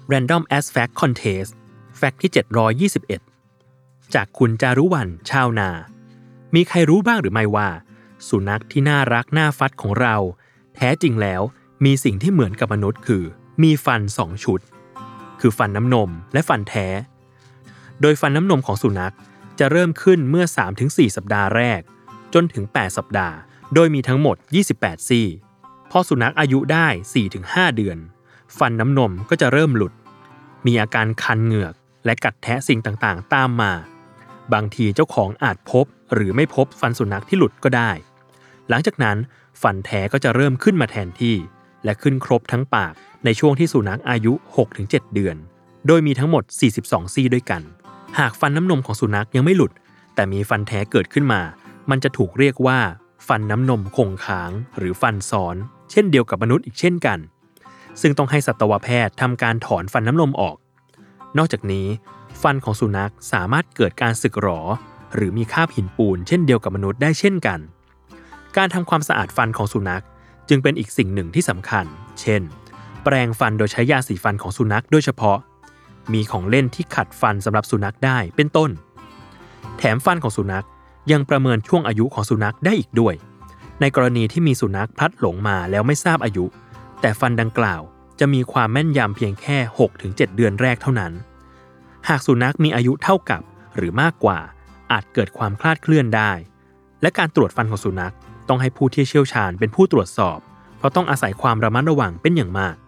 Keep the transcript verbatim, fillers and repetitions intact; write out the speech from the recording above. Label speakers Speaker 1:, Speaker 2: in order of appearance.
Speaker 1: Random as Fact Contest แฟกต์ที่เจ็ดร้อยยี่สิบเอ็ดจากคุณจารุวรรณชาวนามีใครรู้บ้างหรือไม่ว่าสุนัขที่น่ารักน่าฟัดของเราแท้จริงแล้วมีสิ่งที่เหมือนกับมนุษย์คือมีฟันสองชุดคือฟันน้ำนมและฟันแท้โดยฟันน้ำนมของสุนัขจะเริ่มขึ้นเมื่อ สามถึงสี่ สัปดาห์แรกจนถึงแปดสัปดาห์โดยมีทั้งหมดยี่สิบแปดซี่พอสุนัขอายุได้ สี่ถึงห้า เดือนฟันน้ำนมก็จะเริ่มหลุดมีอาการคันเหงือกและกัดแทะสิ่งต่างๆตามมาบางทีเจ้าของอาจพบหรือไม่พบฟันสุนัขที่หลุดก็ได้หลังจากนั้นฟันแท้ก็จะเริ่มขึ้นมาแทนที่และขึ้นครบทั้งปากในช่วงที่สุนัขอายุ หกถึงเจ็ด เดือนโดยมีทั้งหมดสี่สิบสองซี่ด้วยกันหากฟันน้ำนมของสุนัขยังไม่หลุดแต่มีฟันแท้เกิดขึ้นมามันจะถูกเรียกว่าฟันน้ำนมคงค้างหรือฟันซ้อนเช่นเดียวกับมนุษย์อีกเช่นกันซึ่งต้องให้สัตวแพทย์ทำการถอนฟันน้ำนมออกนอกจากนี้ฟันของสุนัขสามารถเกิดการสึกหรอหรือมีคราบหินปูนเช่นเดียวกับมนุษย์ได้เช่นกันการทำความสะอาดฟันของสุนัขจึงเป็นอีกสิ่งหนึ่งที่สำคัญเช่นแปรงฟันโดยใช้ยาสีฟันของสุนัขโดยเฉพาะมีของเล่นที่ขัดฟันสำหรับสุนัขได้เป็นต้นแถมฟันของสุนัขยังประเมินช่วงอายุของสุนัขได้อีกด้วยในกรณีที่มีสุนัขพลัดหลงมาแล้วไม่ทราบอายุแต่ฟันดังกล่าวจะมีความแม่นยำเพียงแค่ หกถึงเจ็ด เดือนแรกเท่านั้นหากสุนัขมีอายุเท่ากับหรือมากกว่าอาจเกิดความคลาดเคลื่อนได้และการตรวจฟันของสุนัขต้องให้ผู้ที่เชี่ยวชาญเป็นผู้ตรวจสอบเพราะต้องอาศัยความระมัดระวังเป็นอย่างมาก